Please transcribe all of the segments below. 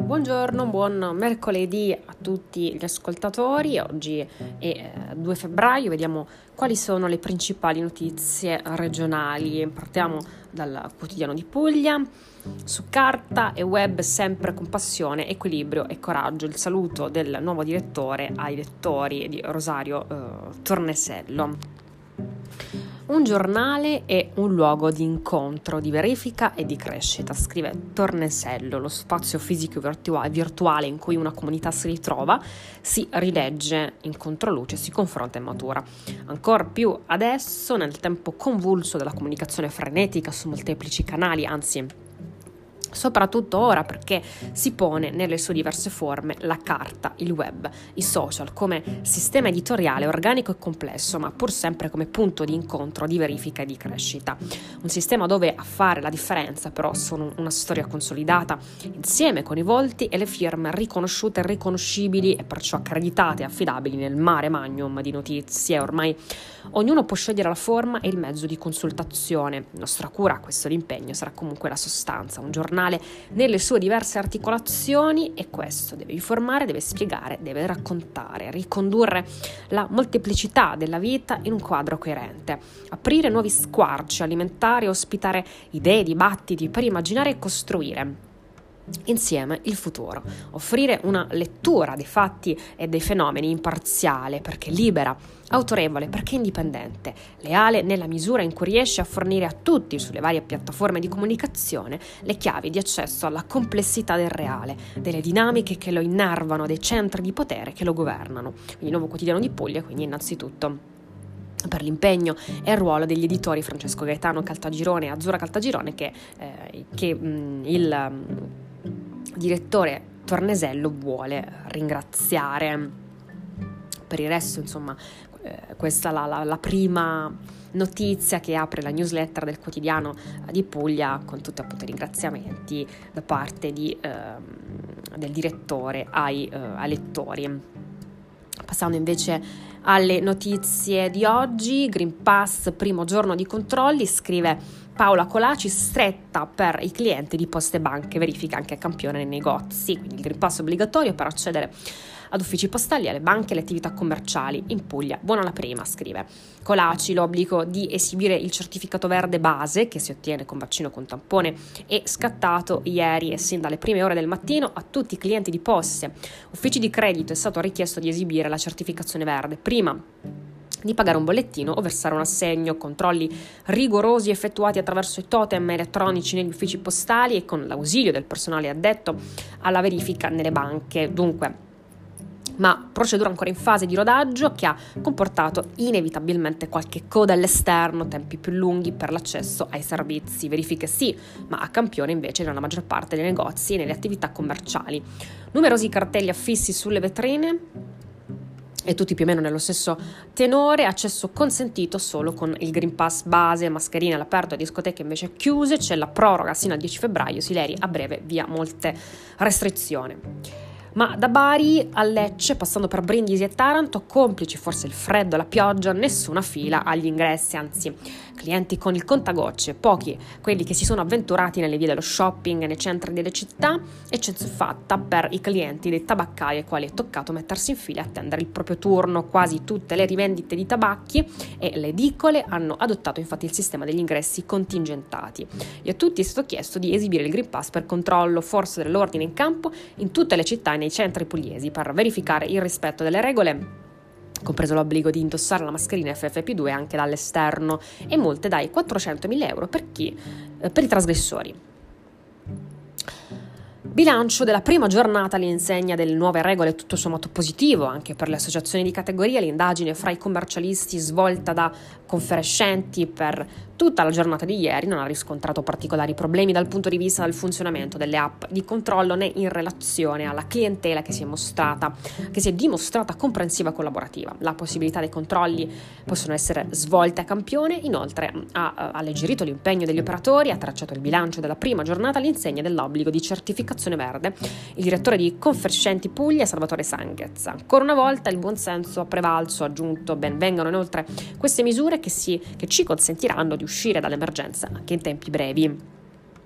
Buongiorno, buon mercoledì a tutti gli ascoltatori. Oggi è 2 febbraio, vediamo quali sono le principali notizie regionali. Partiamo dal quotidiano di Puglia. Su carta e web sempre con passione, equilibrio e coraggio. Il saluto del nuovo direttore ai lettori di Rosario Tornesello. Un giornale è un luogo di incontro, di verifica e di crescita, scrive Tornesello. Lo spazio fisico virtuale in cui una comunità si ritrova, si rilegge in controluce, si confronta e matura. Ancor più adesso, nel tempo convulso della comunicazione frenetica su molteplici canali, anzi soprattutto ora perché si pone nelle sue diverse forme la carta, il web, i social come sistema editoriale organico e complesso, ma pur sempre come punto di incontro, di verifica e di crescita. Un sistema dove a fare la differenza però sono una storia consolidata insieme con i volti e le firme riconosciute e riconoscibili e perciò accreditate e affidabili nel mare magnum di notizie. Ormai ognuno può scegliere la forma e il mezzo di consultazione. Nostra cura a questo impegno sarà comunque la sostanza, un giornale nelle sue diverse articolazioni, e questo deve informare, deve spiegare, deve raccontare, ricondurre la molteplicità della vita in un quadro coerente, aprire nuovi squarci, alimentare e ospitare idee, dibattiti per immaginare e costruire insieme il futuro, offrire una lettura dei fatti e dei fenomeni imparziale perché libera, autorevole perché indipendente, leale nella misura in cui riesce a fornire a tutti sulle varie piattaforme di comunicazione le chiavi di accesso alla complessità del reale, delle dinamiche che lo innervano, dei centri di potere che lo governano. Quindi il nuovo quotidiano di Puglia, quindi innanzitutto per l'impegno e il ruolo degli editori Francesco Gaetano Caltagirone e Azzurra Caltagirone che il direttore Tornesello vuole ringraziare. Per il resto, insomma, questa è la prima notizia che apre la newsletter del quotidiano di Puglia, con tutti appunto i ringraziamenti da parte del direttore ai lettori. Passando invece alle notizie di oggi, Green Pass, primo giorno di controlli, scrive Paola Colaci, stretta per i clienti di Poste e Banche, verifica anche a campione nei negozi, quindi il Green Pass obbligatorio per accedere ad uffici postali, alle banche e alle attività commerciali in Puglia. Buona la prima, scrive Colaci. L'obbligo di esibire il certificato verde base, che si ottiene con vaccino con tampone, è scattato ieri e sin dalle prime ore del mattino a tutti i clienti di Poste. Uffici di credito è stato richiesto di esibire la certificazione verde prima di pagare un bollettino o versare un assegno. Controlli rigorosi effettuati attraverso i totem elettronici negli uffici postali e con l'ausilio del personale addetto alla verifica nelle banche. Dunque, ma procedura ancora in fase di rodaggio che ha comportato inevitabilmente qualche coda all'esterno, tempi più lunghi per l'accesso ai servizi. Verifiche sì, ma a campione invece nella maggior parte dei negozi e nelle attività commerciali. Numerosi cartelli affissi sulle vetrine e tutti più o meno nello stesso tenore, accesso consentito solo con il Green Pass base, mascherine all'aperto, discoteche invece chiuse, c'è la proroga sino al 10 febbraio, Sileri a breve via molte restrizioni. Ma da Bari a Lecce, passando per Brindisi e Taranto, complici forse il freddo e la pioggia, nessuna fila agli ingressi, anzi clienti con il contagocce, pochi quelli che si sono avventurati nelle vie dello shopping, nei centri delle città, eccezione fatta per i clienti dei tabaccai ai quali è toccato mettersi in fila e attendere il proprio turno. Quasi tutte le rivendite di tabacchi e le edicole hanno adottato infatti il sistema degli ingressi contingentati e a tutti è stato chiesto di esibire il Green Pass per controllo, forza dell'ordine in campo in tutte le città e nei centri pugliesi per verificare il rispetto delle regole, compreso l'obbligo di indossare la mascherina FFP2 anche dall'esterno, e multe dai 400.000 euro per i trasgressori. Bilancio della prima giornata all'insegna delle nuove regole, tutto sommato positivo anche per le associazioni di categoria. L'indagine fra i commercialisti svolta da Conferescenti per tutta la giornata di ieri non ha riscontrato particolari problemi dal punto di vista del funzionamento delle app di controllo né in relazione alla clientela che si è dimostrata comprensiva e collaborativa. La possibilità dei controlli possono essere svolte a campione. Inoltre ha alleggerito l'impegno degli operatori, ha tracciato il bilancio della prima giornata all'insegna dell'obbligo di certificazione verde il direttore di Conferescenti Puglia, Salvatore Sanghez. Ancora una volta il buonsenso ha prevalso, ha aggiunto. Ben vengano inoltre queste misure che ci consentiranno di uscire dall'emergenza anche in tempi brevi.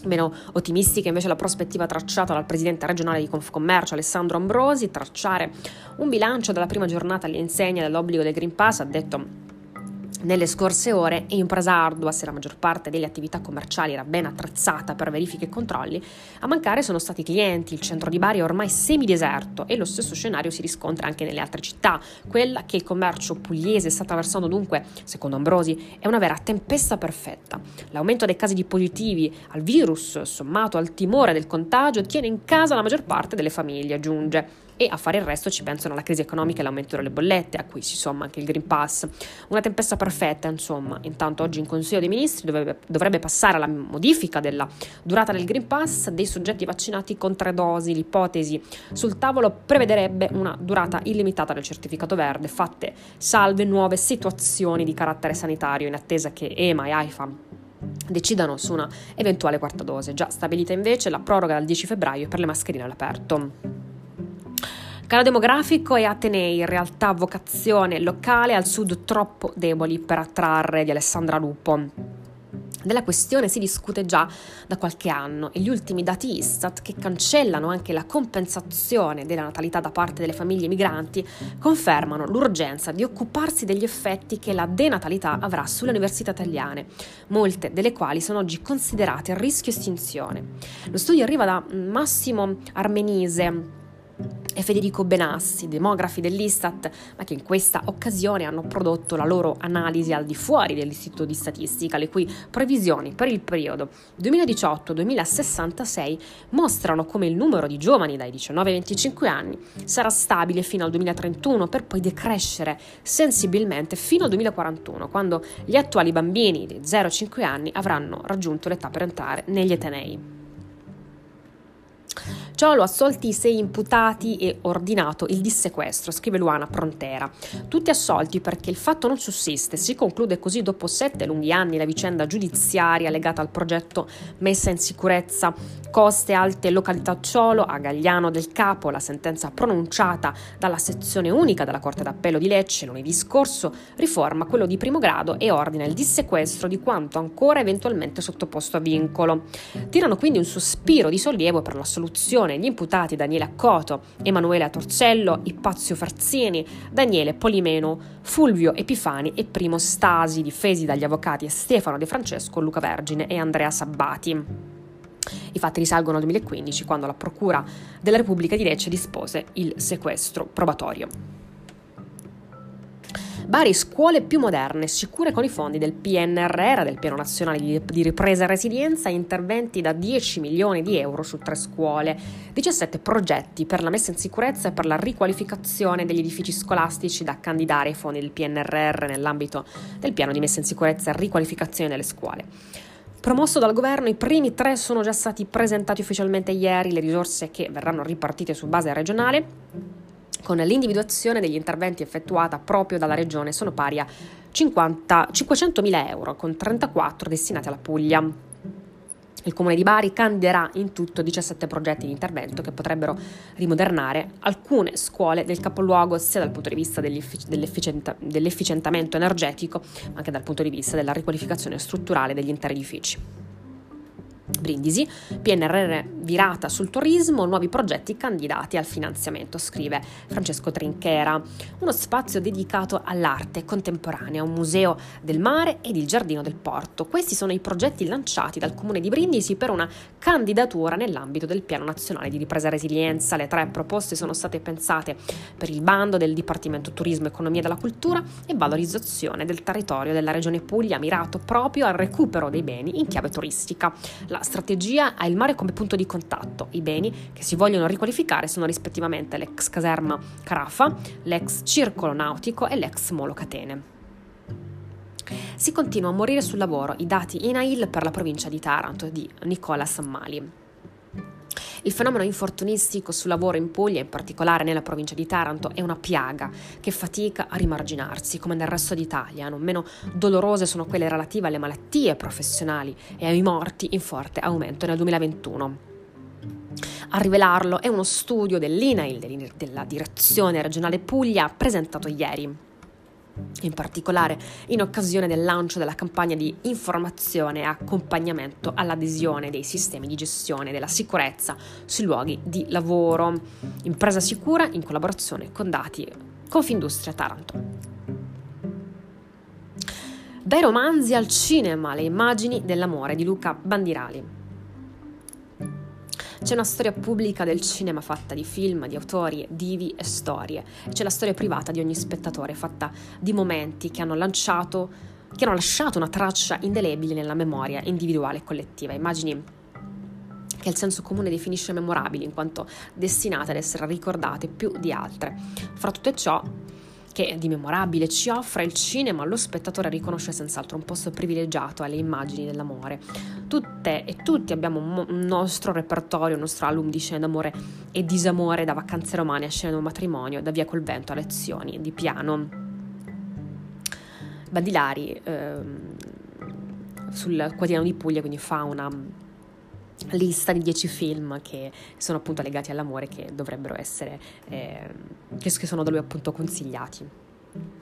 Meno ottimistica invece la prospettiva tracciata dal presidente regionale di Confcommercio Alessandro Ambrosi, tracciare un bilancio dalla prima giornata all'insegna dell'obbligo del Green Pass, ha detto nelle scorse ore, è impresa ardua se la maggior parte delle attività commerciali era ben attrezzata per verifiche e controlli. A mancare sono stati i clienti, il centro di Bari è ormai semideserto e lo stesso scenario si riscontra anche nelle altre città. Quella che il commercio pugliese sta attraversando dunque, secondo Ambrosi, è una vera tempesta perfetta. L'aumento dei casi di positivi al virus, sommato al timore del contagio, tiene in casa la maggior parte delle famiglie, aggiunge. E a fare il resto ci pensano la crisi economica e l'aumento delle bollette, a cui si somma anche il Green Pass. Una tempesta perfetta, insomma. Intanto oggi in Consiglio dei Ministri dovrebbe passare la modifica della durata del Green Pass dei soggetti vaccinati con 3 dosi. L'ipotesi sul tavolo prevederebbe una durata illimitata del certificato verde, fatte salve nuove situazioni di carattere sanitario, in attesa che EMA e AIFA decidano su una eventuale quarta dose. Già stabilita invece la proroga dal 10 febbraio per le mascherine all'aperto. Calo demografico e atenei, in realtà vocazione locale al sud troppo deboli per attrarre, di Alessandra Lupo. Della questione si discute già da qualche anno e gli ultimi dati Istat, che cancellano anche la compensazione della natalità da parte delle famiglie migranti, confermano l'urgenza di occuparsi degli effetti che la denatalità avrà sulle università italiane, molte delle quali sono oggi considerate a rischio estinzione. Lo studio arriva da Massimo Armenise e Federico Benassi, demografi dell'Istat, ma che in questa occasione hanno prodotto la loro analisi al di fuori dell'Istituto di Statistica, le cui previsioni per il periodo 2018-2066 mostrano come il numero di giovani dai 19 ai 25 anni sarà stabile fino al 2031 per poi decrescere sensibilmente fino al 2041, quando gli attuali bambini di 0-5 anni avranno raggiunto l'età per entrare negli atenei. Ciolo assolti i 6 imputati e ordinato il dissequestro, scrive Luana Prontera. Tutti assolti perché il fatto non sussiste. Si conclude così dopo 7 lunghi anni la vicenda giudiziaria legata al progetto Messa in sicurezza Coste Alte località Ciolo a Gagliano del Capo. La sentenza pronunciata dalla sezione unica della Corte d'Appello di Lecce lunedì scorso riforma quello di primo grado e ordina il dissequestro di quanto ancora eventualmente sottoposto a vincolo. Tirano quindi un sospiro di sollievo per l'assoluzione gli imputati Daniele Accoto, Emanuele Torcello, Ipazio Farzini, Daniele Polimeno, Fulvio Epifani e Primo Stasi, difesi dagli avvocati Stefano De Francesco, Luca Vergine e Andrea Sabbati. I fatti risalgono al 2015, quando la Procura della Repubblica di Lecce dispose il sequestro probatorio. Bari, scuole più moderne, sicure con i fondi del PNRR, del Piano Nazionale di Ripresa e Resilienza, e interventi da 10 milioni di euro su 3 scuole, 17 progetti per la messa in sicurezza e per la riqualificazione degli edifici scolastici da candidare ai fondi del PNRR nell'ambito del piano di messa in sicurezza e riqualificazione delle scuole. Promosso dal governo, i primi 3 sono già stati presentati ufficialmente ieri, le risorse che verranno ripartite su base regionale con l'individuazione degli interventi effettuata proprio dalla Regione sono pari a 500.000 euro, con 34 destinati alla Puglia. Il Comune di Bari candiderà in tutto 17 progetti di intervento che potrebbero rimodernare alcune scuole del capoluogo sia dal punto di vista dell'efficientamento energetico, ma anche dal punto di vista della riqualificazione strutturale degli interi edifici. Brindisi, PNRR virata sul turismo, nuovi progetti candidati al finanziamento, scrive Francesco Trinchera. Uno spazio dedicato all'arte contemporanea, un museo del mare ed il giardino del porto. Questi sono i progetti lanciati dal Comune di Brindisi per una candidatura nell'ambito del Piano Nazionale di Ripresa e Resilienza. Le 3 proposte sono state pensate per il bando del Dipartimento Turismo, Economia della Cultura e Valorizzazione del territorio della Regione Puglia, mirato proprio al recupero dei beni in chiave turistica. La strategia ha il mare come punto di contatto. I beni che si vogliono riqualificare sono rispettivamente l'ex caserma Carafa, l'ex circolo nautico e l'ex Molo Catene. Si continua a morire sul lavoro, i dati INAIL per la provincia di Taranto di Nicola Sammali. Il fenomeno infortunistico sul lavoro in Puglia, in particolare nella provincia di Taranto, è una piaga che fatica a rimarginarsi, come nel resto d'Italia. Non meno dolorose sono quelle relative alle malattie professionali e ai morti in forte aumento nel 2021. A rivelarlo è uno studio dell'INAIL, della Direzione Regionale Puglia, presentato ieri. in particolare in occasione del lancio della campagna di informazione e accompagnamento all'adesione dei sistemi di gestione della sicurezza sui luoghi di lavoro. Impresa sicura in collaborazione con Dati Confindustria Taranto. Dai romanzi al cinema, le immagini dell'amore di Luca Bandirali. C'è una storia pubblica del cinema fatta di film, di autori, divi e storie. C'è la storia privata di ogni spettatore, fatta di momenti che hanno lasciato una traccia indelebile nella memoria individuale e collettiva. Immagini che il senso comune definisce memorabili, in quanto destinate ad essere ricordate più di altre. Fra tutto ciò che di memorabile ci offre il cinema, lo spettatore riconosce senz'altro un posto privilegiato alle immagini dell'amore. Tutte e tutti abbiamo un nostro repertorio, un nostro album di scene d'amore e disamore, da vacanze romane a scene di un matrimonio, da Via col vento a lezioni di piano. Bandilari sul Quotidiano di Puglia quindi fa una lista di 10 film che sono appunto legati all'amore, che dovrebbero essere che sono da lui appunto consigliati.